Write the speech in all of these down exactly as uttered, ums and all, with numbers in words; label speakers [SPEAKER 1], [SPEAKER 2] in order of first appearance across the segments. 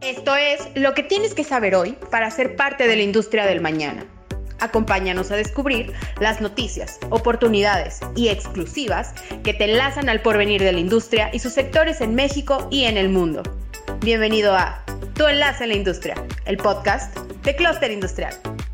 [SPEAKER 1] Esto es lo que tienes que saber hoy para ser parte de la industria del mañana. Acompáñanos a descubrir las noticias, oportunidades y exclusivas que te enlazan al porvenir de la industria y sus sectores en México y en el mundo. Bienvenido a Tu Enlace en la Industria, el podcast de Clúster Industrial.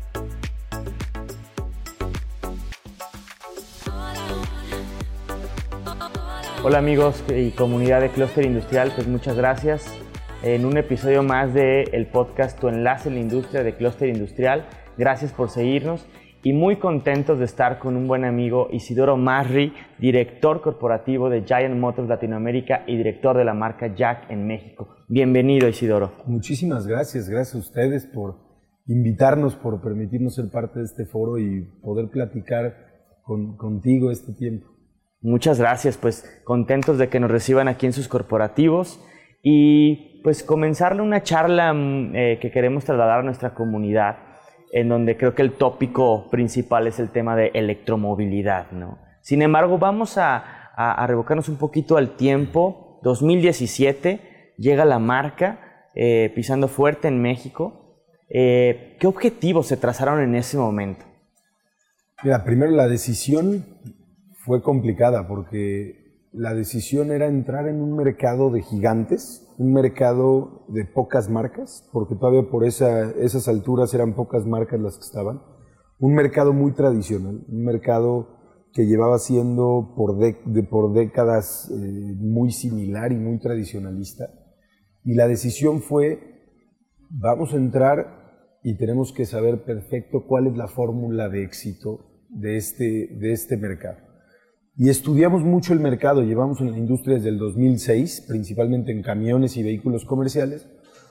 [SPEAKER 2] Hola amigos y comunidad de Clúster Industrial, pues muchas gracias en un episodio más del podcast Tu Enlace en la Industria de Clúster Industrial. Gracias por seguirnos y muy contentos de estar con un buen amigo, Isidoro Masri, director corporativo de Giant Motors Latinoamérica y director de la marca Jack en México. Bienvenido, Isidoro.
[SPEAKER 3] Muchísimas gracias, gracias a ustedes por invitarnos, por permitirnos ser parte de este foro y poder platicar con, contigo este tiempo.
[SPEAKER 2] Muchas gracias, pues contentos de que nos reciban aquí en sus corporativos y pues comenzarle una charla eh, que queremos trasladar a nuestra comunidad, en donde creo que el tópico principal es el tema de electromovilidad, ¿no? Sin embargo, vamos a, a, a revocarnos un poquito al tiempo. dos mil diecisiete llega la marca eh, pisando fuerte en México. Eh, ¿Qué objetivos se trazaron en ese momento?
[SPEAKER 3] Mira, primero la decisión fue complicada porque la decisión era entrar en un mercado de gigantes, un mercado de pocas marcas, porque todavía por esa, esas alturas eran pocas marcas las que estaban. Un mercado muy tradicional, un mercado que llevaba siendo por, de, de, por décadas eh, muy similar y muy tradicionalista. Y la decisión fue, vamos a entrar y tenemos que saber perfecto cuál es la fórmula de éxito de este, de este mercado. Y estudiamos mucho el mercado, llevamos en la industria desde el dos mil seis, principalmente en camiones y vehículos comerciales,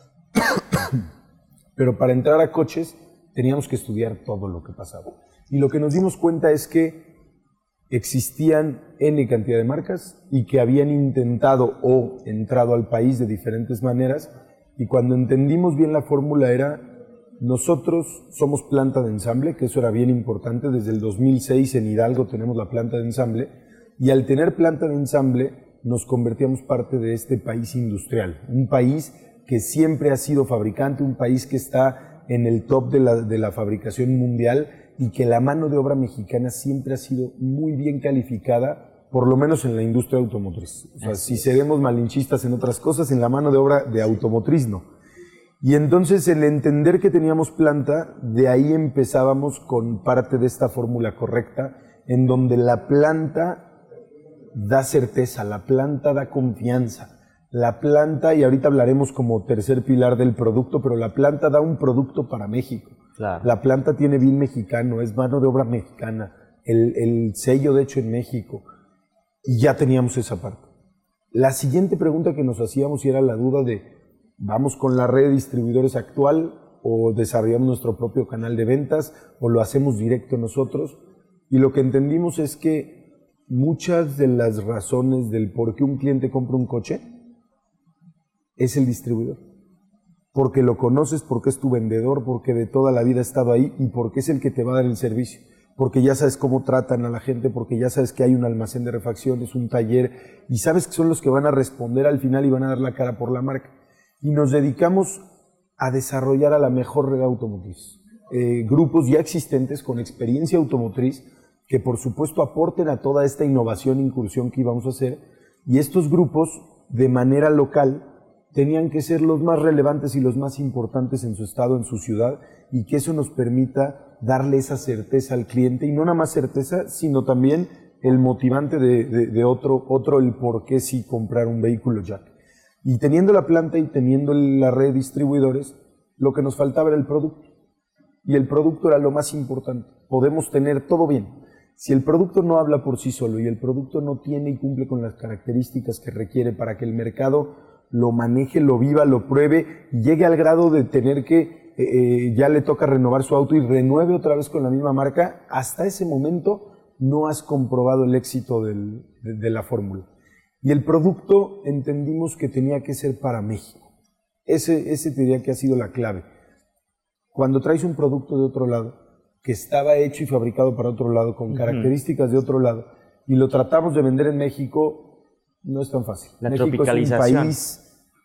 [SPEAKER 3] pero para entrar a coches teníamos que estudiar todo lo que pasaba. Y lo que nos dimos cuenta es que existían N cantidad de marcas y que habían intentado o entrado al país de diferentes maneras, y cuando entendimos bien la fórmula era, nosotros somos planta de ensamble, que eso era bien importante. Desde el dos mil seis en Hidalgo tenemos la planta de ensamble, y al tener planta de ensamble nos convertíamos parte de este país industrial, un país que siempre ha sido fabricante, un país que está en el top de la, de la fabricación mundial, y que la mano de obra mexicana siempre ha sido muy bien calificada, por lo menos en la industria automotriz. O sea, si seremos malinchistas en otras cosas, en la mano de obra de automotriz no. Y entonces el entender que teníamos planta, de ahí empezábamos con parte de esta fórmula correcta, en donde la planta da certeza, la planta da confianza, la planta, y ahorita hablaremos como tercer pilar del producto, pero la planta da un producto para México. Claro. La planta tiene bien mexicano, es mano de obra mexicana, el, el sello de hecho en México, y ya teníamos esa parte. La siguiente pregunta que nos hacíamos y era la duda de, ¿vamos con la red de distribuidores actual o desarrollamos nuestro propio canal de ventas o lo hacemos directo nosotros? Y lo que entendimos es que muchas de las razones del por qué un cliente compra un coche es el distribuidor. Porque lo conoces, porque es tu vendedor, porque de toda la vida ha estado ahí y porque es el que te va a dar el servicio. Porque ya sabes cómo tratan a la gente, porque ya sabes que hay un almacén de refacciones, un taller, y sabes que son los que van a responder al final y van a dar la cara por la marca. Y nos dedicamos a desarrollar a la mejor red automotriz. Eh, grupos ya existentes con experiencia automotriz que por supuesto aporten a toda esta innovación e incursión que íbamos a hacer, y estos grupos de manera local tenían que ser los más relevantes y los más importantes en su estado, en su ciudad, y que eso nos permita darle esa certeza al cliente, y no nada más certeza, sino también el motivante de, de, de otro, otro el por qué sí comprar un vehículo Jack. Y teniendo la planta y teniendo la red de distribuidores, lo que nos faltaba era el producto. Y el producto era lo más importante. Podemos tener todo bien. Si el producto no habla por sí solo y el producto no tiene y cumple con las características que requiere para que el mercado lo maneje, lo viva, lo pruebe y llegue al grado de tener que eh, ya le toca renovar su auto y renueve otra vez con la misma marca, hasta ese momento no has comprobado el éxito del, de, de la fórmula. Y el producto entendimos que tenía que ser para México. Ese, ese diría que ha sido la clave. Cuando traes un producto de otro lado, que estaba hecho y fabricado para otro lado, con uh-huh. características de otro lado, y lo tratamos de vender en México, no es tan fácil.
[SPEAKER 2] La
[SPEAKER 3] México
[SPEAKER 2] tropicalización.
[SPEAKER 3] Es un país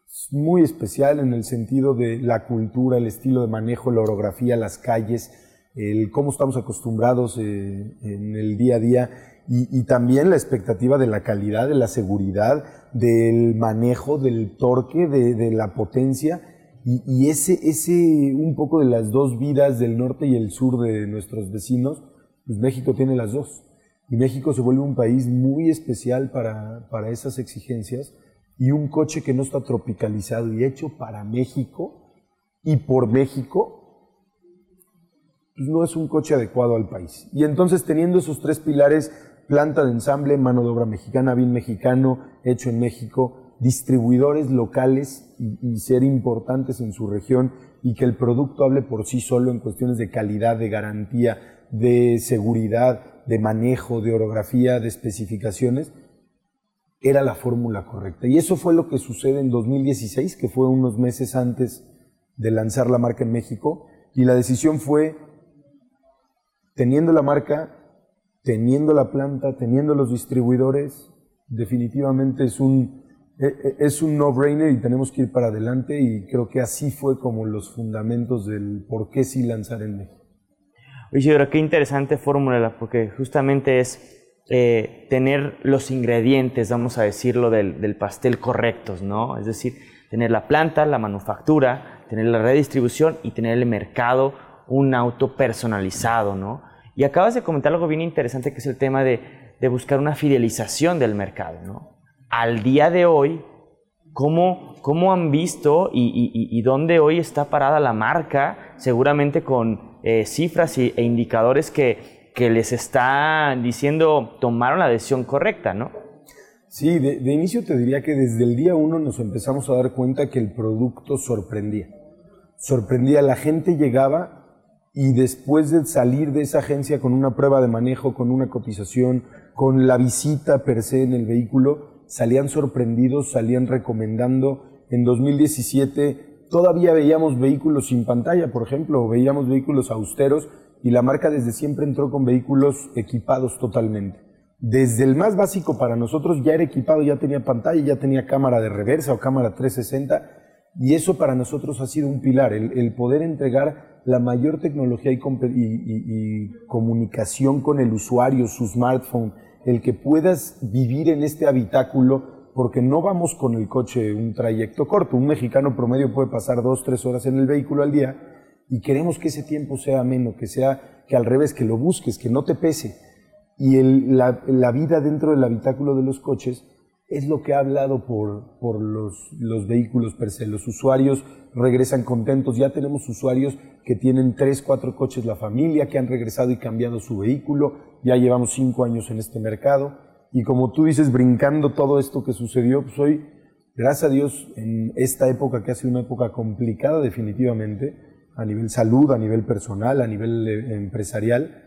[SPEAKER 3] Es muy especial en el sentido de la cultura, el estilo de manejo, la orografía, las calles, el cómo estamos acostumbrados eh, en el día a día y, y también la expectativa de la calidad, de la seguridad, del manejo, del torque, de, de la potencia y, y ese, ese un poco de las dos vidas del norte y el sur de nuestros vecinos, pues México tiene las dos y México se vuelve un país muy especial para, para esas exigencias. Y un coche que no está tropicalizado y hecho para México y por México, pues no es un coche adecuado al país. Y entonces teniendo esos tres pilares, planta de ensamble, mano de obra mexicana, bien mexicano, hecho en México, distribuidores locales y, y ser importantes en su región y que el producto hable por sí solo en cuestiones de calidad, de garantía, de seguridad, de manejo, de orografía, de especificaciones, era la fórmula correcta. Y eso fue lo que sucede en dos mil dieciséis, que fue unos meses antes de lanzar la marca en México. Y la decisión fue, teniendo la marca, teniendo la planta, teniendo los distribuidores, definitivamente es un, es un no-brainer y tenemos que ir para adelante. Y creo que así fue como los fundamentos del por qué sí lanzar en México.
[SPEAKER 2] Oye, Isidoro, qué interesante fórmula, porque justamente es Eh, tener los ingredientes, vamos a decirlo, del, del pastel correctos, ¿no? Es decir, tener la planta, la manufactura, tener la redistribución y tener el mercado, un auto personalizado, ¿no? Y acabas de comentar algo bien interesante que es el tema de, de buscar una fidelización del mercado, ¿no? Al día de hoy, ¿cómo, cómo han visto y, y, y dónde hoy está parada la marca? Seguramente con eh, cifras y, e indicadores que que les está diciendo tomaron la decisión correcta, ¿no?
[SPEAKER 3] Sí, de, de inicio te diría que desde el día uno nos empezamos a dar cuenta que el producto sorprendía. Sorprendía, la gente llegaba y después de salir de esa agencia con una prueba de manejo, con una cotización, con la visita per se en el vehículo, salían sorprendidos, salían recomendando. En dos mil diecisiete todavía veíamos vehículos sin pantalla, por ejemplo, o veíamos vehículos austeros, y la marca desde siempre entró con vehículos equipados totalmente. Desde el más básico para nosotros ya era equipado, ya tenía pantalla, ya tenía cámara de reversa o cámara trescientos sesenta y eso para nosotros ha sido un pilar, el, el poder entregar la mayor tecnología y, y, y, y comunicación con el usuario, su smartphone, el que puedas vivir en este habitáculo, porque no vamos con el coche un trayecto corto. Un mexicano promedio puede pasar dos, tres horas en el vehículo al día y queremos que ese tiempo sea ameno, que sea, que al revés, que lo busques, que no te pese. Y el, la, la vida dentro del habitáculo de los coches es lo que ha hablado por, por los, los vehículos per se. Los usuarios regresan contentos. Ya tenemos usuarios que tienen tres, cuatro coches la familia, que han regresado y cambiado su vehículo. Ya llevamos cinco años en este mercado. Y como tú dices, brincando todo esto que sucedió, pues hoy, gracias a Dios, en esta época que ha sido una época complicada definitivamente, a nivel salud, a nivel personal, a nivel eh, empresarial,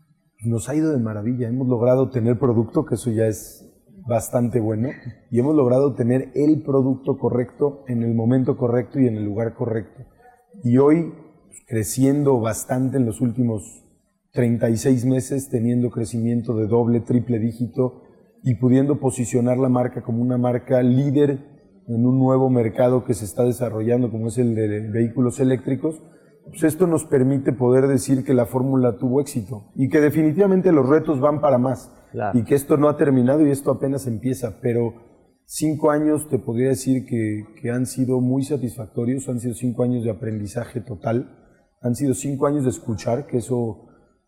[SPEAKER 3] nos ha ido de maravilla. Hemos logrado tener producto, que eso ya es bastante bueno, y hemos logrado tener el producto correcto en el momento correcto y en el lugar correcto. Y hoy, pues, creciendo bastante en los últimos treinta y seis meses, teniendo crecimiento de doble, triple dígito y pudiendo posicionar la marca como una marca líder en un nuevo mercado que se está desarrollando, como es el de vehículos eléctricos, pues esto nos permite poder decir que la fórmula tuvo éxito y que definitivamente los retos van para más. Claro. Y que esto no ha terminado y esto apenas empieza, pero cinco años te podría decir que, que han sido muy satisfactorios, han sido cinco años de aprendizaje total, han sido cinco años de escuchar, que eso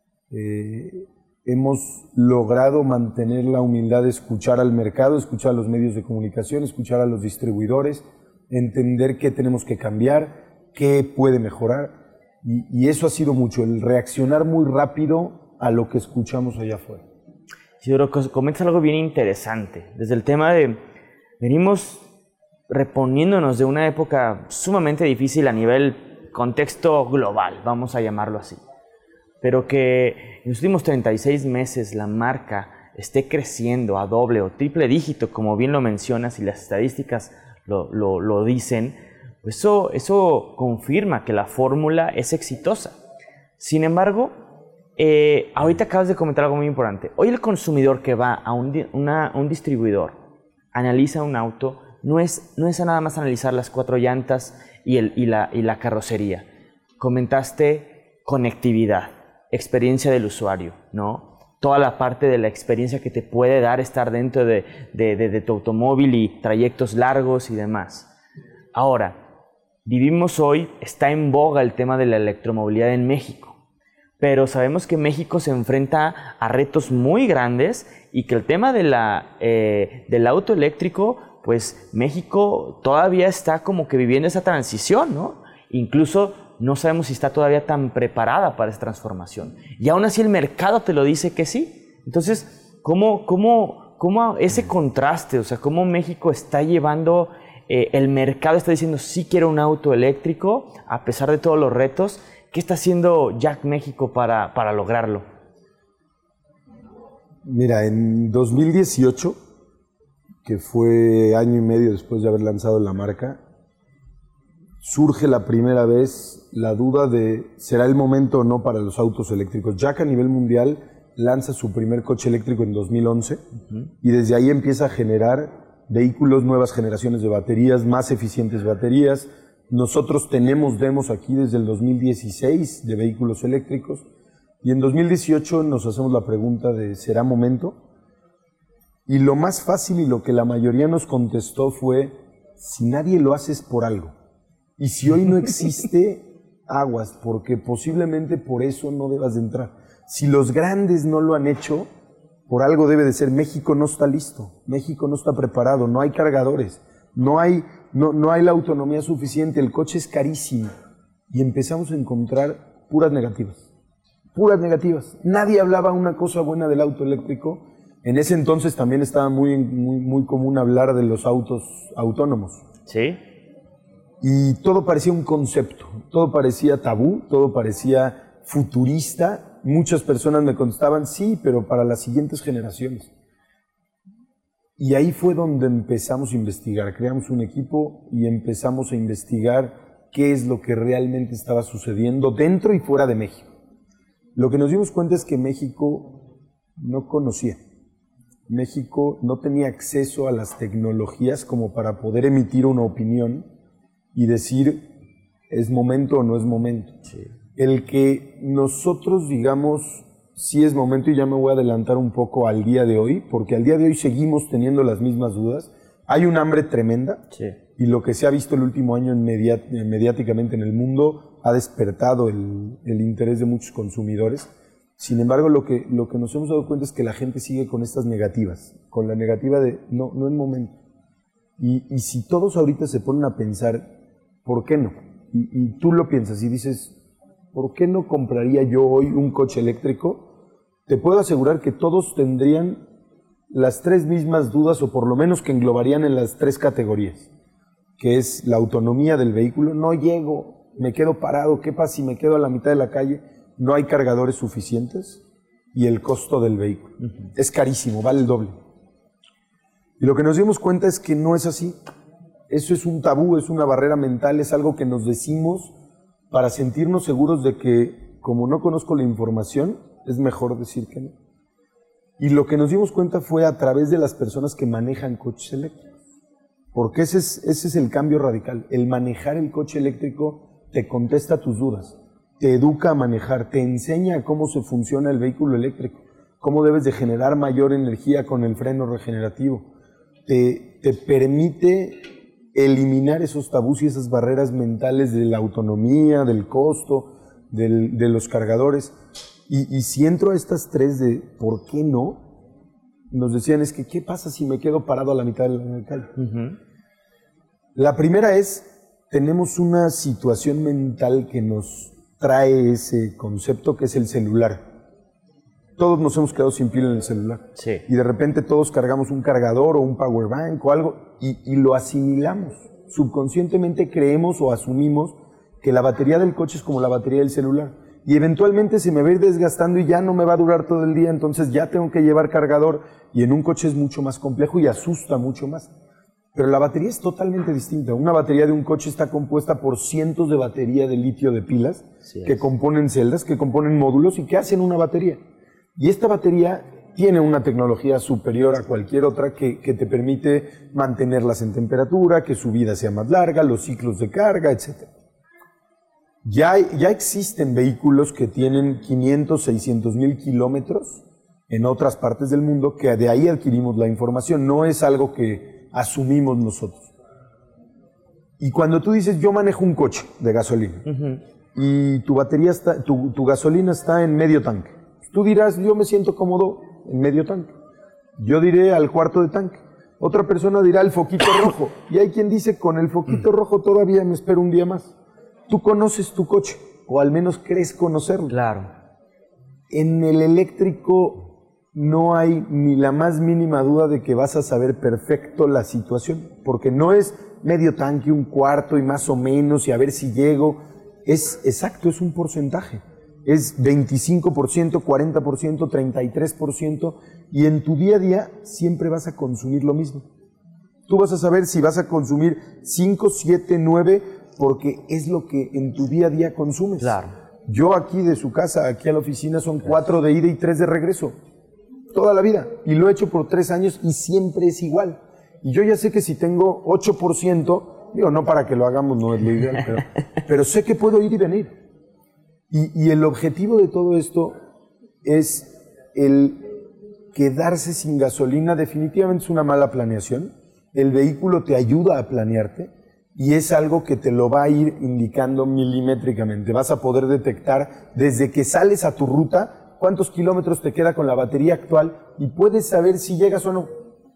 [SPEAKER 3] eh, hemos logrado mantener la humildad de escuchar al mercado, escuchar a los medios de comunicación, escuchar a los distribuidores, entender qué tenemos que cambiar, qué puede mejorar, y, y eso ha sido mucho, el reaccionar muy rápido a lo que escuchamos allá afuera.
[SPEAKER 2] Isidoro, comenta algo bien interesante, desde el tema de, venimos reponiéndonos de una época sumamente difícil a nivel contexto global, vamos a llamarlo así, pero que en los últimos treinta y seis meses la marca esté creciendo a doble o triple dígito, como bien lo mencionas y las estadísticas lo, lo, lo dicen, eso, eso confirma que la fórmula es exitosa. Sin embargo, Eh, ahorita acabas de comentar algo muy importante. Hoy el consumidor que va a un, una, un distribuidor, analiza un auto, no es, no es nada más analizar las cuatro llantas y, el, y, la, y la carrocería. Comentaste conectividad, experiencia del usuario, ¿no? Toda la parte de la experiencia que te puede dar estar dentro de, de, de, de tu automóvil y trayectos largos y demás. Ahora, vivimos hoy, está en boga el tema de la electromovilidad en México, pero sabemos que México se enfrenta a retos muy grandes y que el tema de la, eh, del auto eléctrico, pues México todavía está como que viviendo esa transición, ¿no? Incluso no sabemos si está todavía tan preparada para esa transformación. Y aún así el mercado te lo dice que sí. Entonces, ¿cómo, cómo, cómo ese contraste? O sea, ¿cómo México está llevando, eh, el mercado está diciendo sí quiero un auto eléctrico a pesar de todos los retos? ¿Qué está haciendo Jack México para, para lograrlo?
[SPEAKER 3] Mira, en dos mil dieciocho, que fue año y medio después de haber lanzado la marca, surge la primera vez la duda de ¿será el momento o no para los autos eléctricos? Jack a nivel mundial lanza su primer coche eléctrico en dos mil once uh-huh. y desde ahí empieza a generar vehículos, nuevas generaciones de baterías, más eficientes baterías. Nosotros tenemos demos aquí desde el dos mil dieciséis de vehículos eléctricos y en dos mil dieciocho nos hacemos la pregunta de ¿será momento? Y lo más fácil y lo que la mayoría nos contestó fue si nadie lo hace es por algo. Y si hoy no existe, aguas, porque posiblemente por eso no debas de entrar. Si los grandes no lo han hecho, por algo debe de ser. México no está listo, México no está preparado, no hay cargadores, no hay, no, no hay la autonomía suficiente, el coche es carísimo. Y empezamos a encontrar puras negativas, puras negativas. Nadie hablaba una cosa buena del auto eléctrico. En ese entonces también estaba muy, muy, muy común hablar de los autos autónomos.
[SPEAKER 2] Sí.
[SPEAKER 3] Y todo parecía un concepto, todo parecía tabú, todo parecía futurista. Muchas personas me contestaban, sí, pero para las siguientes generaciones. Y ahí fue donde empezamos a investigar. Creamos un equipo y empezamos a investigar qué es lo que realmente estaba sucediendo dentro y fuera de México. Lo que nos dimos cuenta es que México no conocía. México no tenía acceso a las tecnologías como para poder emitir una opinión y decir, ¿es momento o no es momento? Sí. El que nosotros digamos, sí es momento, y ya me voy a adelantar un poco al día de hoy, porque al día de hoy seguimos teniendo las mismas dudas. Hay un hambre tremenda, sí. Y lo que se ha visto el último año inmediat- mediáticamente en el mundo ha despertado el, el interés de muchos consumidores. Sin embargo, lo que, lo que nos hemos dado cuenta es que la gente sigue con estas negativas, con la negativa de, no, no es momento. Y, y si todos ahorita se ponen a pensar, ¿por qué no? Y, y tú lo piensas y dices, ¿por qué no compraría yo hoy un coche eléctrico? Te puedo asegurar que todos tendrían las tres mismas dudas, o por lo menos que englobarían en las tres categorías, que es la autonomía del vehículo. No llego, me quedo parado, ¿qué pasa si me quedo a la mitad de la calle? No hay cargadores suficientes, y el costo del vehículo. Uh-huh. Es carísimo, vale el doble. Y lo que nos dimos cuenta es que no es así. Eso es un tabú, es una barrera mental, es algo que nos decimos para sentirnos seguros de que, como no conozco la información, es mejor decir que no. Y lo que nos dimos cuenta fue a través de las personas que manejan coches eléctricos. Porque ese es, ese es el cambio radical. El manejar el coche eléctrico te contesta tus dudas, te educa a manejar, te enseña cómo se funciona el vehículo eléctrico, cómo debes de generar mayor energía con el freno regenerativo. Te, te permite eliminar esos tabús y esas barreras mentales de la autonomía, del costo, del, de los cargadores. Y, y si entro a estas tres de ¿por qué no? Nos decían, es que ¿qué pasa si me quedo parado a la mitad de la calle? Uh-huh. La primera es, tenemos una situación mental que nos trae ese concepto, que es el celular. Todos nos hemos quedado sin pila en el celular. Sí. Y de repente todos cargamos un cargador o un power bank o algo y, y lo asimilamos. Subconscientemente creemos o asumimos que la batería del coche es como la batería del celular. Y eventualmente se me va a ir desgastando y ya no me va a durar todo el día, entonces ya tengo que llevar cargador. Y en un coche es mucho más complejo y asusta mucho más. Pero la batería es totalmente distinta. Una batería de un coche está compuesta por cientos de baterías de litio de pilas, sí, que componen celdas, que componen módulos y que hacen una batería. Y esta batería tiene una tecnología superior a cualquier otra que, que te permite mantenerlas en temperatura, que su vida sea más larga, los ciclos de carga, etcétera. Ya, hay- ya existen vehículos que tienen quinientos, seiscientos mil kilómetros en otras partes del mundo, que de ahí adquirimos la información, no es algo que asumimos nosotros. Y cuando tú dices, yo manejo un coche de gasolina, y tu batería está, tu, tu gasolina está en medio tanque, tú dirás, yo me siento cómodo en medio tanque. Yo diré al cuarto de tanque. Otra persona dirá el foquito rojo. Y hay quien dice, con el foquito rojo todavía me espero un día más. Tú conoces tu coche, o al menos crees conocerlo.
[SPEAKER 2] Claro.
[SPEAKER 3] En el eléctrico no hay ni la más mínima duda de que vas a saber perfecto la situación, porque no es medio tanque, un cuarto y más o menos, y a ver si llego. Es exacto, es un porcentaje. Es veinticinco por ciento, cuarenta por ciento, treinta y tres por ciento, y en tu día a día siempre vas a consumir lo mismo. Tú vas a saber si vas a consumir cinco, siete, nueve, porque es lo que en tu día a día consumes.
[SPEAKER 2] Claro.
[SPEAKER 3] Yo aquí de su casa, aquí a la oficina, son cuatro de ida y tres de regreso. Toda la vida. Y lo he hecho por tres años y siempre es igual. Y yo ya sé que si tengo ocho por ciento, digo, no para que lo hagamos, no es lo ideal, pero, pero sé que puedo ir y venir. Y, y el objetivo de todo esto es el quedarse sin gasolina. Definitivamente es una mala planeación. El vehículo te ayuda a planearte y es algo que te lo va a ir indicando milimétricamente. Vas a poder detectar desde que sales a tu ruta cuántos kilómetros te queda con la batería actual y puedes saber si llegas o no.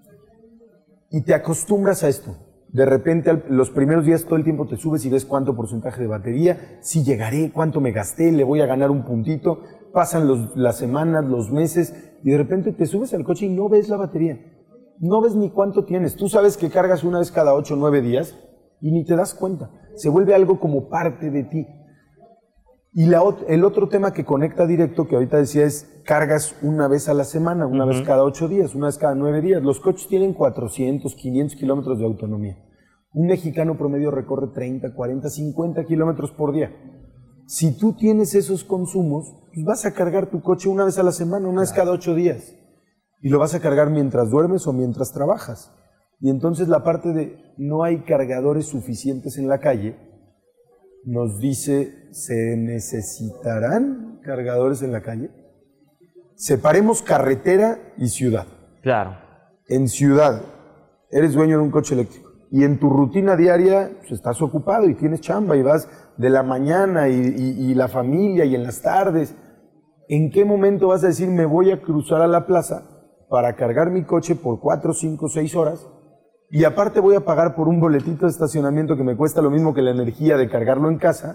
[SPEAKER 3] Y te acostumbras a esto. De repente, al- los primeros días todo el tiempo te subes y ves cuánto porcentaje de batería, si llegaré, cuánto me gasté, le voy a ganar un puntito. Pasan los- las semanas, los meses, y de repente te subes al coche y no ves la batería. No ves ni cuánto tienes. Tú sabes que cargas una vez cada ocho o nueve días y ni te das cuenta. Se vuelve algo como parte de ti. Y la ot- el otro tema que conecta directo, que ahorita decía, es cargas una vez a la semana, una vez cada ocho días, una vez cada nueve días. Los coches tienen cuatrocientos, quinientos kilómetros de autonomía. Un mexicano promedio recorre treinta, cuarenta, cincuenta kilómetros por día. Si tú tienes esos consumos, pues vas a cargar tu coche una vez a la semana, una vez cada ocho días. Y lo vas a cargar mientras duermes o mientras trabajas. Y entonces la parte de no hay cargadores suficientes en la calle, nos dice, ¿se necesitarán cargadores en la calle? Separemos carretera y ciudad.
[SPEAKER 2] Claro.
[SPEAKER 3] En ciudad, eres dueño de un coche eléctrico y en tu rutina diaria pues, estás ocupado y tienes chamba y vas de la mañana y, y- y la familia y en las tardes. ¿En qué momento vas a decir me voy a cruzar a la plaza para cargar mi coche por cuatro, cinco, seis horas y aparte voy a pagar por un boletito de estacionamiento que me cuesta lo mismo que la energía de cargarlo en casa?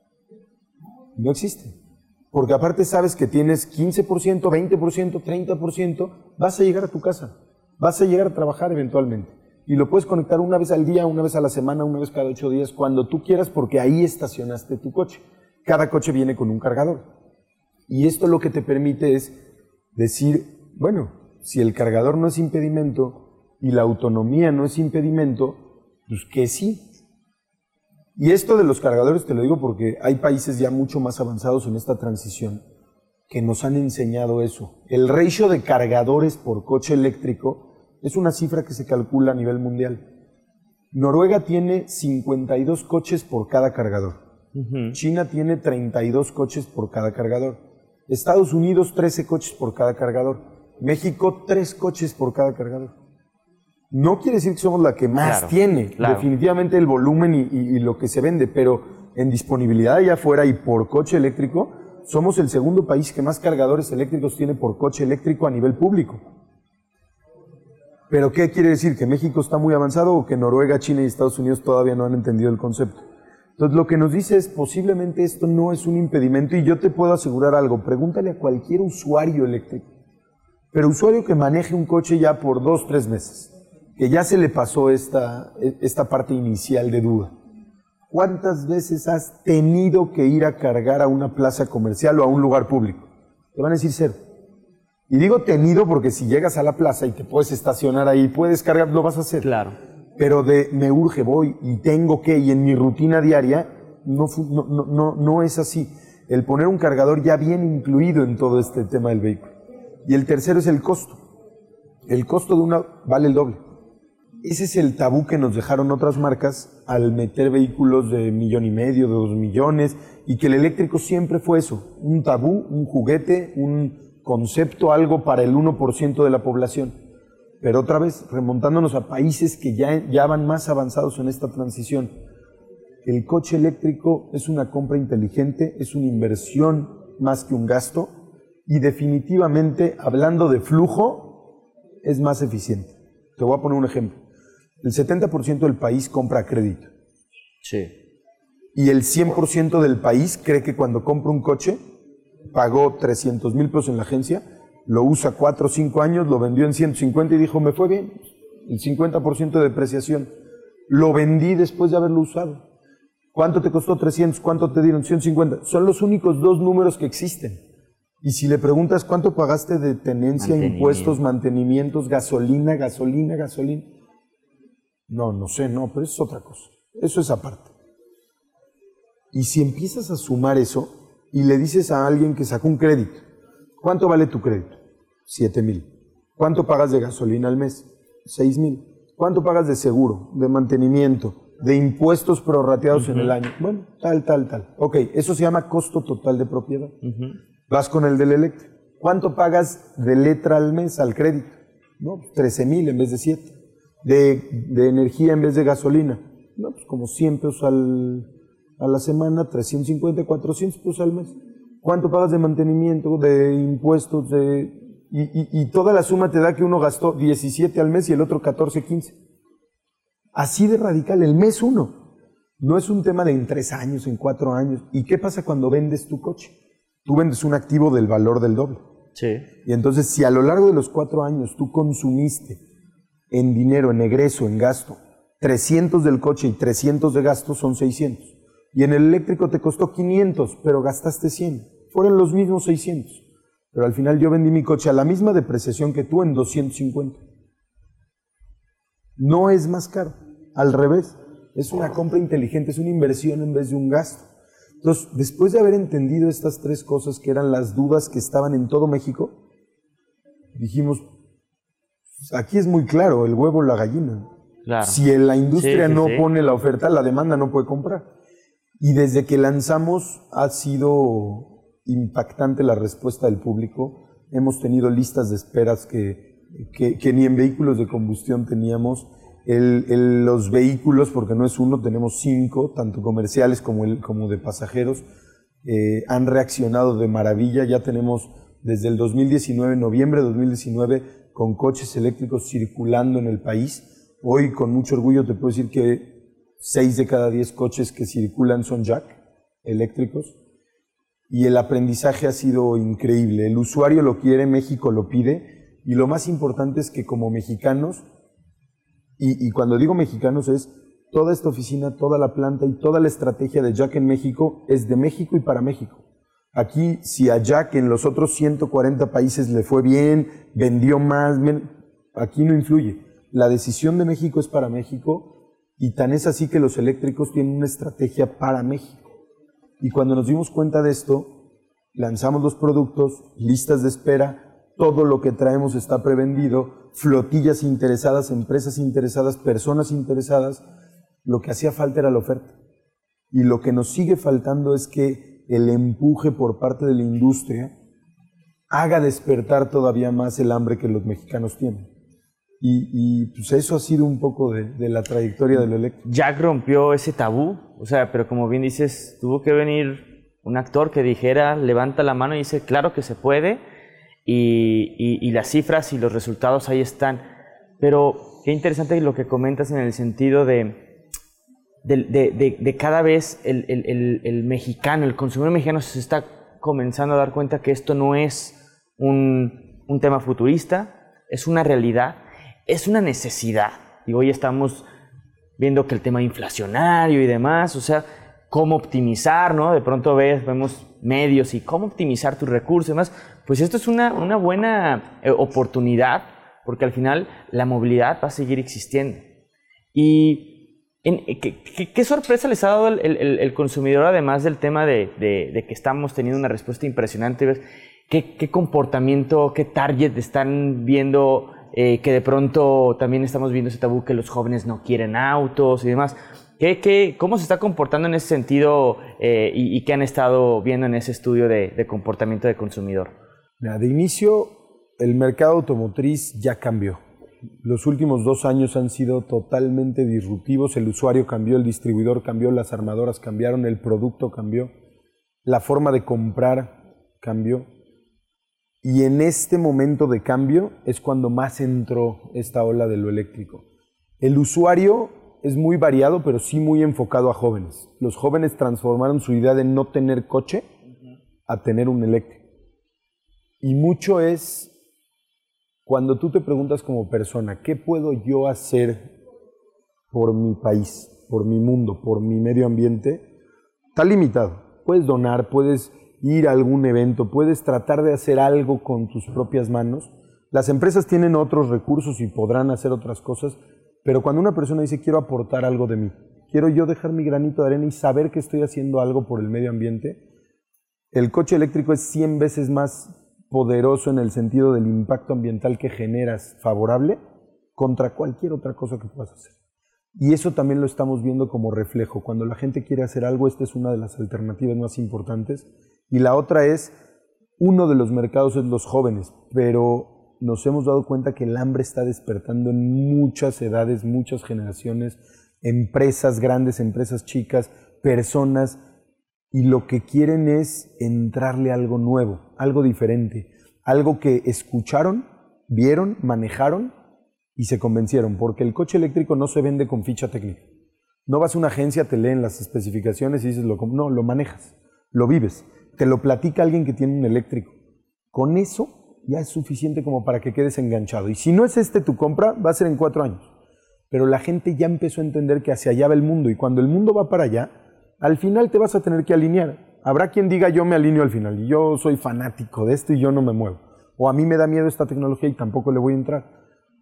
[SPEAKER 3] No existe. Porque aparte sabes que tienes quince por ciento, veinte por ciento, treinta por ciento, vas a llegar a tu casa, vas a llegar a trabajar eventualmente. Y lo puedes conectar una vez al día, una vez a la semana, una vez cada ocho días, cuando tú quieras, porque ahí estacionaste tu coche. Cada coche viene con un cargador. Y esto lo que te permite es decir, bueno, si el cargador no es impedimento y la autonomía no es impedimento, pues que sí. Y esto de los cargadores te lo digo porque hay países ya mucho más avanzados en esta transición que nos han enseñado eso. El ratio de cargadores por coche eléctrico es una cifra que se calcula a nivel mundial. Noruega tiene cincuenta y dos coches por cada cargador. China tiene treinta y dos coches por cada cargador. Estados Unidos, trece coches por cada cargador. México, tres coches por cada cargador. No quiere decir que somos la que más
[SPEAKER 2] Claro,
[SPEAKER 3] tiene,
[SPEAKER 2] claro.
[SPEAKER 3] definitivamente el volumen y, y- y lo que se vende, pero en disponibilidad allá afuera y por coche eléctrico, somos el segundo país que más cargadores eléctricos tiene por coche eléctrico a nivel público. ¿Pero qué quiere decir? ¿Que México está muy avanzado o que Noruega, China y Estados Unidos todavía no han entendido el concepto? Entonces lo que nos dice es, posiblemente esto no es un impedimento y yo te puedo asegurar algo, pregúntale a cualquier usuario eléctrico, pero usuario que maneje un coche ya por dos, tres meses, que ya se le pasó esta, esta parte inicial de duda. ¿Cuántas veces has tenido que ir a cargar a una plaza comercial o a un lugar público? Te van a decir cero. Y digo tenido porque si llegas a la plaza y te puedes estacionar ahí, puedes cargar, lo vas a hacer.
[SPEAKER 2] Claro.
[SPEAKER 3] Pero de me urge, voy y tengo que, y en mi rutina diaria, no, fu- no, no, no, no es así. El poner un cargador ya viene incluido en todo este tema del vehículo. Y el tercero es el costo. El costo de una vale el doble. Ese es el tabú que nos dejaron otras marcas al meter vehículos de millón y medio, de dos millones, y que el eléctrico siempre fue eso, un tabú, un juguete, un concepto, algo para el uno por ciento de la población. Pero otra vez, remontándonos a países que ya, ya van más avanzados en esta transición, el coche eléctrico es una compra inteligente, es una inversión más que un gasto, y definitivamente, hablando de flujo, es más eficiente. Te voy a poner un ejemplo. El setenta por ciento del país compra a crédito.
[SPEAKER 2] Sí.
[SPEAKER 3] Y el cien por ciento del país cree que cuando compra un coche, pagó trescientos mil pesos en la agencia, lo usa cuatro o cinco años, lo vendió en ciento cincuenta y dijo, me fue bien, el cincuenta por ciento de depreciación. Lo vendí después de haberlo usado. ¿Cuánto te costó? trescientos. ¿Cuánto te dieron? ciento cincuenta. Son los únicos dos números que existen. Y si le preguntas cuánto pagaste de tenencia, impuestos, mantenimientos, gasolina, gasolina, gasolina. No, no sé, no, pero eso es otra cosa. Eso es aparte. Y si empiezas a sumar eso y le dices a alguien que sacó un crédito, ¿cuánto vale tu crédito? siete mil. ¿Cuánto pagas de gasolina al mes? seis mil. ¿Cuánto pagas de seguro, de mantenimiento, de impuestos prorrateados uh-huh. en el año? Bueno, tal, tal, tal. Ok, eso se llama costo total de propiedad. Uh-huh. Vas con el del eléctrico. ¿Cuánto pagas de letra al mes al crédito? No, trece mil en vez de siete. De, de energía en vez de gasolina. No, pues como cien pesos al, a la semana, trescientos cincuenta, cuatrocientos pesos al mes. ¿Cuánto pagas de mantenimiento, de impuestos? De, y, y, y toda la suma te da que uno gastó diecisiete al mes y el otro catorce, quince. Así de radical, el mes uno. No es un tema de en tres años, en cuatro años. ¿Y qué pasa cuando vendes tu coche? Tú vendes un activo del valor del doble.
[SPEAKER 2] Sí.
[SPEAKER 3] Y entonces, si a lo largo de los cuatro años tú consumiste en dinero, en egreso, en gasto, trescientos del coche y trescientos de gasto, son seiscientos. Y en el eléctrico te costó quinientos, pero gastaste cien. Fueron los mismos seiscientos. Pero al final yo vendí mi coche a la misma depreciación que tú en doscientos cincuenta. No es más caro, al revés. Es una compra inteligente, es una inversión en vez de un gasto. Entonces, después de haber entendido estas tres cosas que eran las dudas que estaban en todo México, dijimos, aquí es muy claro, el huevo o la gallina.
[SPEAKER 2] Claro.
[SPEAKER 3] Si la industria sí, sí, no sí. pone la oferta, la demanda no puede comprar. Y desde que lanzamos ha sido impactante la respuesta del público. Hemos tenido listas de esperas que, que, que ni en vehículos de combustión teníamos. El, el, los vehículos, porque no es uno, tenemos cinco, tanto comerciales como, el, como de pasajeros, eh, han reaccionado de maravilla. Ya tenemos desde el dos mil diecinueve, noviembre de dos mil diecinueve, con coches eléctricos circulando en el país. Hoy, con mucho orgullo, te puedo decir que seis de cada diez coches que circulan son Jack, eléctricos. Y el aprendizaje ha sido increíble. El usuario lo quiere, México lo pide. Y lo más importante es que como mexicanos, y, y cuando digo mexicanos es toda esta oficina, toda la planta y toda la estrategia de Jack en México es de México y para México. Aquí, si a Jack en los otros ciento cuarenta países le fue bien, vendió más, aquí no influye. La decisión de México es para México y tan es así que los eléctricos tienen una estrategia para México. Y cuando nos dimos cuenta de esto, lanzamos los productos, listas de espera, todo lo que traemos está prevendido, flotillas interesadas, empresas interesadas, personas interesadas. Lo que hacía falta era la oferta. Y lo que nos sigue faltando es que el empuje por parte de la industria haga despertar todavía más el hambre que los mexicanos tienen. Y, y pues eso ha sido un poco de, de la trayectoria del eléctrico.
[SPEAKER 2] Jack rompió ese tabú, o sea, pero como bien dices, tuvo que venir un actor que dijera, levanta la mano y dice, claro que se puede, y, y, y las cifras y los resultados ahí están. Pero qué interesante lo que comentas en el sentido de, de, de, de, de cada vez el, el, el, el mexicano, el consumidor mexicano se está comenzando a dar cuenta que esto no es un, un tema futurista, es una realidad. Es una necesidad. Y hoy estamos viendo que el tema inflacionario y demás, o sea, cómo optimizar, ¿no? De pronto ves, vemos medios y cómo optimizar tus recursos y demás. Pues esto es una, una buena eh, oportunidad, porque al final la movilidad va a seguir existiendo. Y en, ¿qué, qué, ¿qué sorpresa les ha dado el, el, el consumidor, además del tema de, de, de que estamos teniendo una respuesta impresionante? ¿Qué, qué comportamiento, qué target están viendo? Eh, que de pronto también estamos viendo ese tabú que los jóvenes no quieren autos y demás. ¿Qué, qué, ¿Cómo se está comportando en ese sentido eh, y, y qué han estado viendo en ese estudio de, de comportamiento de consumidor?
[SPEAKER 3] Mira, de inicio, el mercado automotriz ya cambió. Los últimos dos años han sido totalmente disruptivos. El usuario cambió, el distribuidor cambió, las armadoras cambiaron, el producto cambió, la forma de comprar cambió. Y en este momento de cambio es cuando más entró esta ola de lo eléctrico. El usuario es muy variado, pero sí muy enfocado a jóvenes. Los jóvenes transformaron su idea de no tener coche a tener un eléctrico. Y mucho es cuando tú te preguntas como persona, ¿qué puedo yo hacer por mi país, por mi mundo, por mi medio ambiente? Está limitado. Puedes donar, puedes ir a algún evento, puedes tratar de hacer algo con tus propias manos. Las empresas tienen otros recursos y podrán hacer otras cosas, pero cuando una persona dice quiero aportar algo de mí, quiero yo dejar mi granito de arena y saber que estoy haciendo algo por el medio ambiente, el coche eléctrico es cien veces más poderoso en el sentido del impacto ambiental que generas favorable contra cualquier otra cosa que puedas hacer. Y eso también lo estamos viendo como reflejo. Cuando la gente quiere hacer algo, esta es una de las alternativas más importantes. Y la otra es, uno de los mercados es los jóvenes, pero nos hemos dado cuenta que el hambre está despertando en muchas edades, muchas generaciones, empresas grandes, empresas chicas, personas, y lo que quieren es entrarle a algo nuevo, algo diferente, algo que escucharon, vieron, manejaron y se convencieron, porque el coche eléctrico no se vende con ficha técnica. No vas a una agencia, te leen las especificaciones y dices, lo, no, lo manejas, lo vives. Te lo platica alguien que tiene un eléctrico. Con eso ya es suficiente como para que quedes enganchado. Y si no es este tu compra, va a ser en cuatro años. Pero la gente ya empezó a entender que hacia allá va el mundo. Y cuando el mundo va para allá, al final te vas a tener que alinear. Habrá quien diga yo me alineo al final. Y yo soy fanático de esto y yo no me muevo. O a mí me da miedo esta tecnología y tampoco le voy a entrar.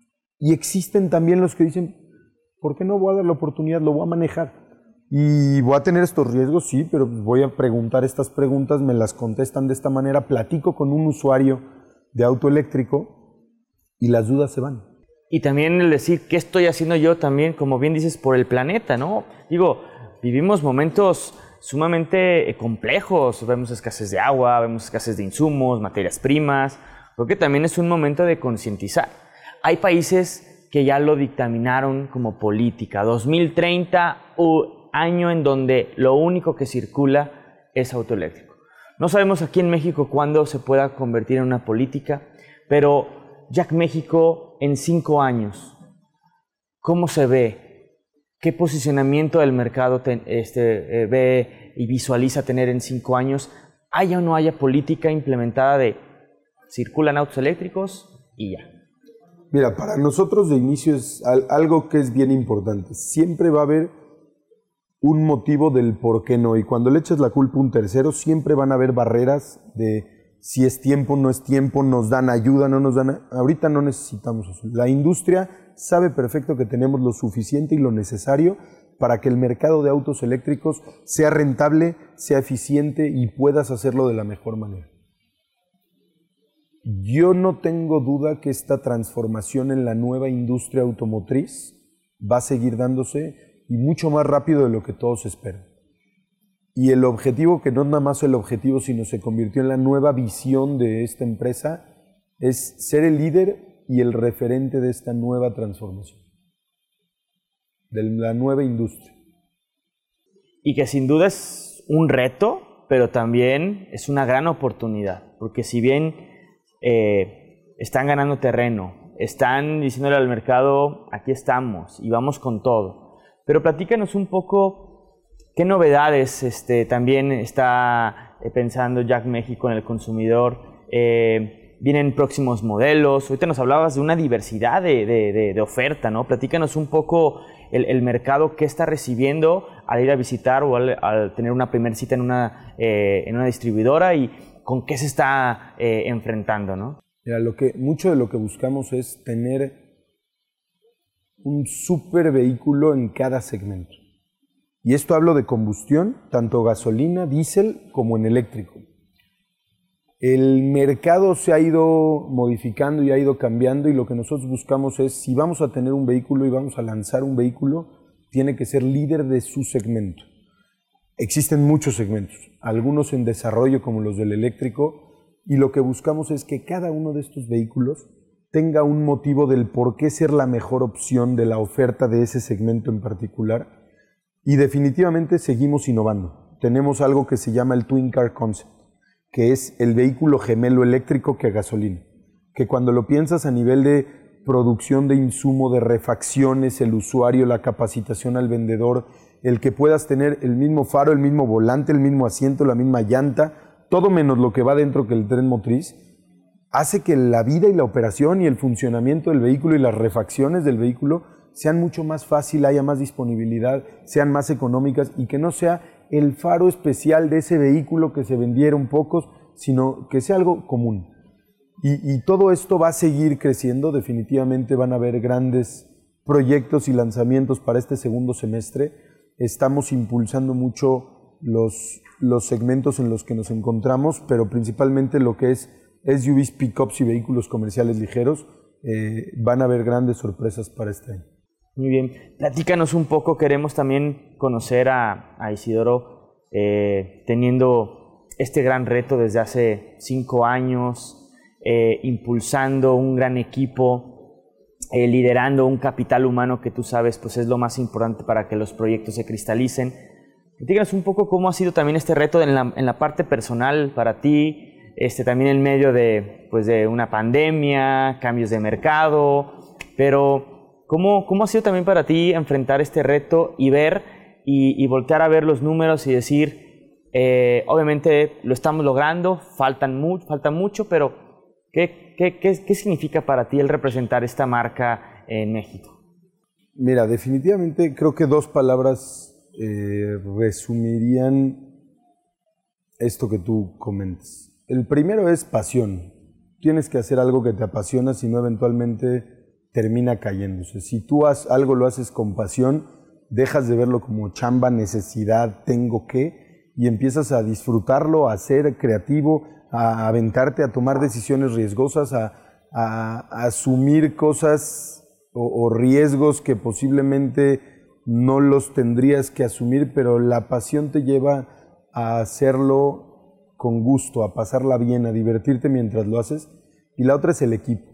[SPEAKER 3] Y existen también los que dicen, ¿por qué no voy a dar la oportunidad? Lo voy a manejar. Y voy a tener estos riesgos, sí, pero voy a preguntar estas preguntas, me las contestan de esta manera, platico con un usuario de auto eléctrico y las dudas se van.
[SPEAKER 2] Y también el decir, ¿qué estoy haciendo yo también, como bien dices, por el planeta, ¿no? Digo, vivimos momentos sumamente complejos, vemos escasez de agua, vemos escasez de insumos, materias primas, creo que también es un momento de concientizar. Hay países que ya lo dictaminaron como política, dos mil treinta o año en donde lo único que circula es auto eléctrico. No sabemos aquí en México cuándo se pueda convertir en una política, pero Jack México en cinco años, ¿cómo se ve? ¿Qué posicionamiento del mercado te, este, eh, ve y visualiza tener en cinco años? ¿Haya o no haya política implementada de circulan autos eléctricos y ya?
[SPEAKER 3] Mira, para nosotros de inicio es algo que es bien importante. Siempre va a haber un motivo del por qué no. Y cuando le echas la culpa a un tercero, siempre van a haber barreras de si es tiempo, no es tiempo, nos dan ayuda, no nos dan... Ahorita no necesitamos eso. La industria sabe perfecto que tenemos lo suficiente y lo necesario para que el mercado de autos eléctricos sea rentable, sea eficiente y puedas hacerlo de la mejor manera. Yo no tengo duda que esta transformación en la nueva industria automotriz va a seguir dándose y mucho más rápido de lo que todos esperan. Y el objetivo, que no es nada más el objetivo, sino se convirtió en la nueva visión de esta empresa, es ser el líder y el referente de esta nueva transformación, de la nueva industria.
[SPEAKER 2] Y que sin duda es un reto, pero también es una gran oportunidad, porque si bien eh, están ganando terreno, están diciéndole al mercado, aquí estamos y vamos con todo. Pero platícanos un poco qué novedades este, también está pensando Jack México en el consumidor. Eh, vienen próximos modelos. Ahorita nos hablabas de una diversidad de, de, de, de oferta, ¿no? Platícanos un poco el, el mercado, qué está recibiendo al ir a visitar o al, al tener una primera cita en una, eh, en una distribuidora y con qué se está eh, enfrentando, ¿no?
[SPEAKER 3] Mira, lo que, mucho de lo que buscamos es tener un super vehículo en cada segmento. Y esto hablo de combustión, tanto gasolina, diésel, como en eléctrico. El mercado se ha ido modificando y ha ido cambiando y lo que nosotros buscamos es, si vamos a tener un vehículo y vamos a lanzar un vehículo, tiene que ser líder de su segmento. Existen muchos segmentos, algunos en desarrollo como los del eléctrico, y lo que buscamos es que cada uno de estos vehículos tenga un motivo del por qué ser la mejor opción de la oferta de ese segmento en particular, y definitivamente seguimos innovando. Tenemos algo que se llama el Twin Car Concept, que es el vehículo gemelo eléctrico que a gasolina, que cuando lo piensas a nivel de producción de insumo, de refacciones, el usuario, la capacitación al vendedor, el que puedas tener el mismo faro, el mismo volante, el mismo asiento, la misma llanta, todo menos lo que va dentro que el tren motriz, hace que la vida y la operación y el funcionamiento del vehículo y las refacciones del vehículo sean mucho más fácil, haya más disponibilidad, sean más económicas y que no sea el faro especial de ese vehículo que se vendieron pocos, sino que sea algo común. Y, y todo esto va a seguir creciendo, definitivamente van a haber grandes proyectos y lanzamientos para este segundo semestre. Estamos impulsando mucho los, los segmentos en los que nos encontramos, pero principalmente lo que es S U Vs, pickups y vehículos comerciales ligeros, eh, van a haber grandes sorpresas para este año.
[SPEAKER 2] Muy bien, platícanos un poco, queremos también conocer a, a Isidoro eh, teniendo este gran reto desde hace cinco años, eh, impulsando un gran equipo, eh, liderando un capital humano que tú sabes pues es lo más importante para que los proyectos se cristalicen. Platícanos un poco cómo ha sido también este reto en la, en la parte personal para ti, este, también en medio de, pues, de una pandemia, cambios de mercado, pero ¿Cómo, ¿Cómo ha sido también para ti enfrentar este reto y ver y, y voltear a ver los números y decir, eh, obviamente lo estamos logrando, faltan mu falta mucho, pero ¿qué, qué, qué, ¿qué significa para ti el representar esta marca en México?
[SPEAKER 3] Mira, definitivamente creo que dos palabras eh, resumirían esto que tú comentas. El primero es pasión. Tienes que hacer algo que te apasiona, si no eventualmente termina cayéndose. Si tú has, algo lo haces con pasión, dejas de verlo como chamba, necesidad, tengo que, y empiezas a disfrutarlo, a ser creativo, a aventarte, a tomar decisiones riesgosas, a, a, a asumir cosas o, o riesgos que posiblemente no los tendrías que asumir, pero la pasión te lleva a hacerlo con gusto, a pasarla bien, a divertirte mientras lo haces. Y la otra es el equipo.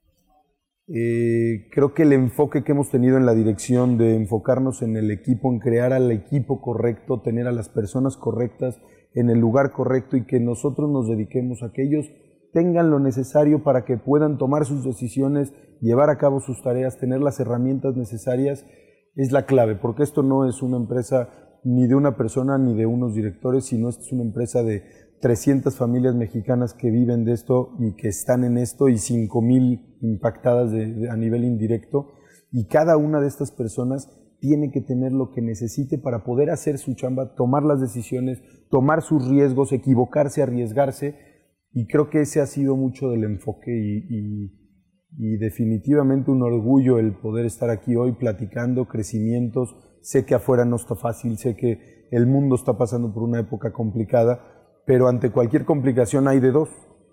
[SPEAKER 3] Eh, creo que el enfoque que hemos tenido en la dirección de enfocarnos en el equipo, en crear al equipo correcto, tener a las personas correctas en el lugar correcto y que nosotros nos dediquemos a que ellos tengan lo necesario para que puedan tomar sus decisiones, llevar a cabo sus tareas, tener las herramientas necesarias, es la clave, porque esto no es una empresa ni de una persona ni de unos directores, sino esto es una empresa de trescientas familias mexicanas que viven de esto y que están en esto y cinco mil impactadas de, de, a nivel indirecto, y cada una de estas personas tiene que tener lo que necesite para poder hacer su chamba, tomar las decisiones, tomar sus riesgos, equivocarse, arriesgarse, y creo que ese ha sido mucho del enfoque y, y, y definitivamente un orgullo el poder estar aquí hoy platicando crecimientos. Sé que afuera no está fácil, sé que el mundo está pasando por una época complicada, pero ante cualquier complicación hay de dos,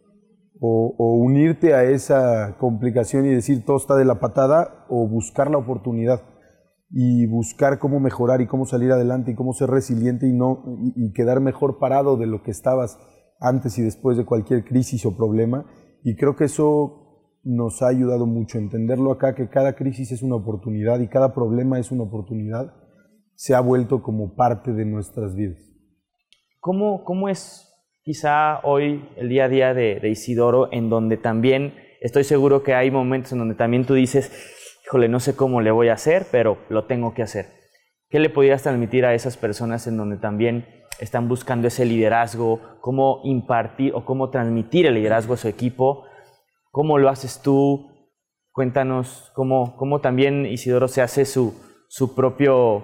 [SPEAKER 3] o, o unirte a esa complicación y decir todo está de la patada, o buscar la oportunidad y buscar cómo mejorar y cómo salir adelante y cómo ser resiliente y, no, y, y quedar mejor parado de lo que estabas antes y después de cualquier crisis o problema. Y creo que eso nos ha ayudado mucho a entenderlo acá, que cada crisis es una oportunidad y cada problema es una oportunidad, se ha vuelto como parte de nuestras vidas.
[SPEAKER 2] ¿Cómo, ¿Cómo es quizá hoy el día a día de, de Isidoro, en donde también estoy seguro que hay momentos en donde también tú dices, híjole, no sé cómo le voy a hacer, pero lo tengo que hacer? ¿Qué le podrías transmitir a esas personas en donde también están buscando ese liderazgo? ¿Cómo impartir o cómo transmitir el liderazgo a su equipo? ¿Cómo lo haces tú? Cuéntanos cómo, cómo también Isidoro se hace su, su propio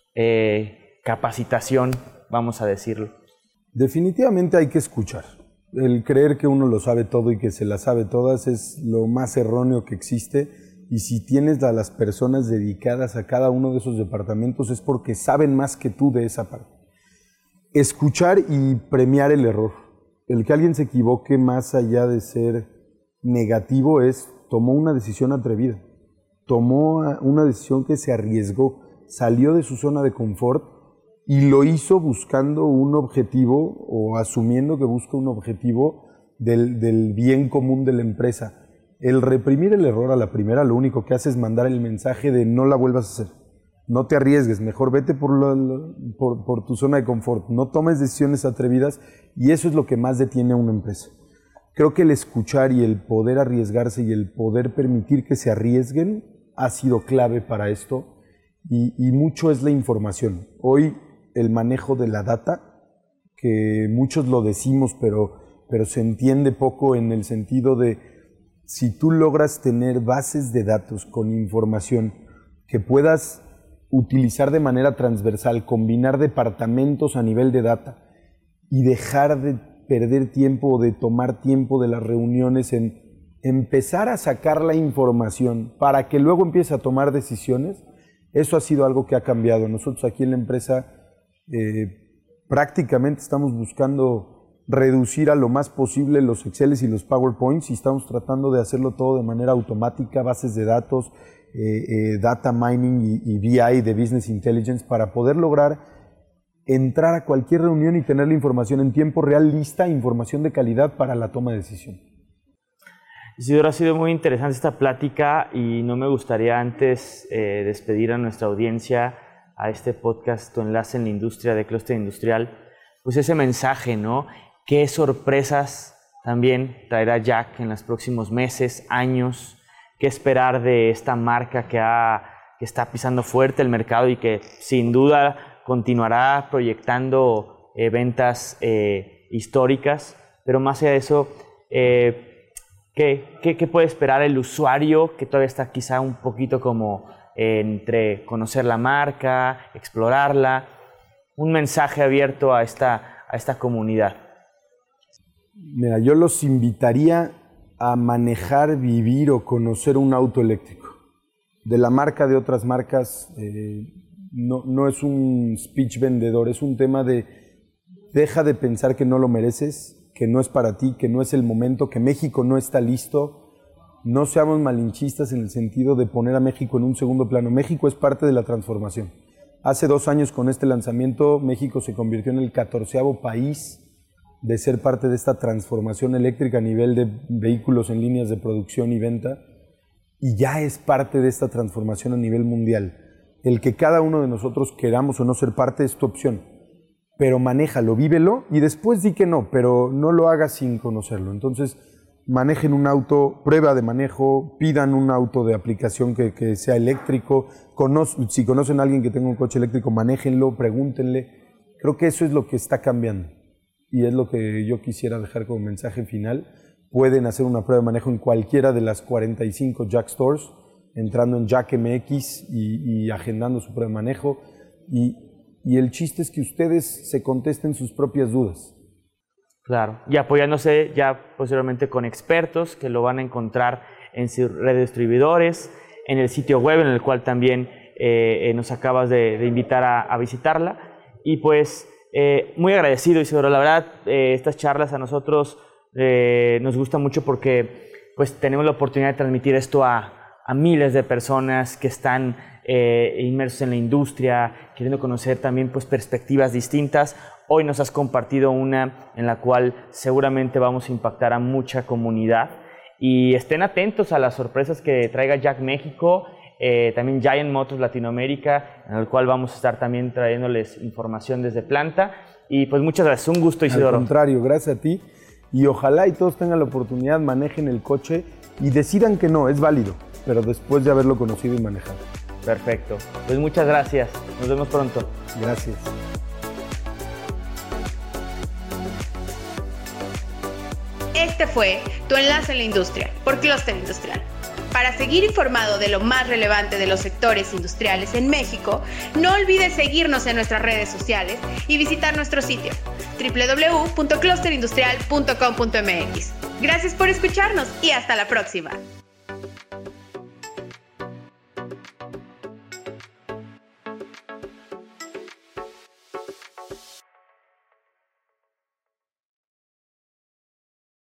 [SPEAKER 2] eh, capacitación, vamos a decirlo.
[SPEAKER 3] Definitivamente hay que escuchar. El creer que uno lo sabe todo y que se las sabe todas es lo más erróneo que existe, y si tienes a las personas dedicadas a cada uno de esos departamentos es porque saben más que tú de esa parte. Escuchar y premiar el error. el que alguien se equivoque más allá de ser negativo es, tomó una decisión atrevida, tomó una decisión que se arriesgó, salió de su zona de confort y lo hizo buscando un objetivo o asumiendo que busca un objetivo del, del bien común de la empresa. El reprimir el error a la primera lo único que hace es mandar el mensaje de no la vuelvas a hacer, no te arriesgues, mejor vete por, lo, por, por tu zona de confort, no tomes decisiones atrevidas y eso es lo que más detiene a una empresa. Creo que el escuchar y el poder arriesgarse y el poder permitir que se arriesguen ha sido clave para esto y, y mucho es la información. Hoy el manejo de la data, que muchos lo decimos pero, pero se entiende poco en el sentido de si tú logras tener bases de datos con información que puedas utilizar de manera transversal, combinar departamentos a nivel de data y dejar de perder tiempo o de tomar tiempo de las reuniones en empezar a sacar la información para que luego empiece a tomar decisiones, eso ha sido algo que ha cambiado. Nosotros aquí en la empresa eh, prácticamente estamos buscando reducir a lo más posible los Exceles y los PowerPoints y estamos tratando de hacerlo todo de manera automática, bases de datos, eh, eh, data mining y, y B I de Business Intelligence para poder lograr entrar a cualquier reunión y tener la información en tiempo real lista, información de calidad para la toma de decisión.
[SPEAKER 2] Isidoro, ha sido muy interesante esta plática y no me gustaría antes eh, despedir a nuestra audiencia a este podcast Tu Enlace en la Industria de Clúster Industrial, pues ese mensaje, ¿no? ¿Qué sorpresas también traerá Jack en los próximos meses, años? ¿Qué esperar de esta marca que, ha, que está pisando fuerte el mercado y que sin duda continuará proyectando eh, ventas eh, históricas? Pero más allá de eso, eh, ¿qué, qué, ¿qué puede esperar el usuario que todavía está quizá un poquito como eh, entre conocer la marca, explorarla? Un mensaje abierto a esta, a esta comunidad.
[SPEAKER 3] Mira, yo los invitaría a manejar, vivir o conocer un auto eléctrico. De la marca, de otras marcas, eh, no, no es un speech vendedor, es un tema de deja de pensar que no lo mereces, que no es para ti, que no es el momento, que México no está listo. No seamos malinchistas en el sentido de poner a México en un segundo plano. México es parte de la transformación. Hace dos años con este lanzamiento, México se convirtió en el catorceavo país de ser parte de esta transformación eléctrica a nivel de vehículos en líneas de producción y venta, y ya es parte de esta transformación a nivel mundial. El que cada uno de nosotros queramos o no ser parte es tu opción, pero manéjalo, vívelo y después di que no, pero no lo hagas sin conocerlo. Entonces, manejen un auto, prueba de manejo, pidan un auto de aplicación que, que sea eléctrico, Conoce, si conocen a alguien que tenga un coche eléctrico, manéjenlo, pregúntenle. Creo que eso es lo que está cambiando y es lo que yo quisiera dejar como mensaje final. Pueden hacer una prueba de manejo en cualquiera de las cuarenta y cinco Jack Stores, entrando en Jack M X y, y agendando su prueba de manejo. Y, y el chiste es que ustedes se contesten sus propias dudas.
[SPEAKER 2] Claro, y apoyándose ya posteriormente con expertos que lo van a encontrar en sus redes de distribuidores, en el sitio web en el cual también eh, nos acabas de, de invitar a, a visitarla. Y pues eh, muy agradecido, Isidoro. La verdad, eh, estas charlas a nosotros eh, nos gustan mucho porque pues tenemos la oportunidad de transmitir esto a, a miles de personas que están eh, inmersos en la industria, queriendo conocer también pues perspectivas distintas. Hoy nos has compartido una en la cual seguramente vamos a impactar a mucha comunidad. Y estén atentos a las sorpresas que traiga Jack México, eh, también Giant Motors Latinoamérica, en el cual vamos a estar también trayéndoles información desde planta. Y pues muchas gracias, un gusto, Isidoro.
[SPEAKER 3] Al contrario, gracias a ti. Y ojalá y todos tengan la oportunidad, manejen el coche y decidan que no, es válido, pero después de haberlo conocido y manejado.
[SPEAKER 2] Perfecto, pues muchas gracias, nos vemos pronto.
[SPEAKER 3] Gracias.
[SPEAKER 1] Este fue Tu Enlace en la Industria por Clúster Industrial. Para seguir informado de lo más relevante de los sectores industriales en México, no olvides seguirnos en nuestras redes sociales y visitar nuestro sitio doble u doble u doble u punto cluster industrial punto com punto m x. Gracias por escucharnos y hasta la próxima.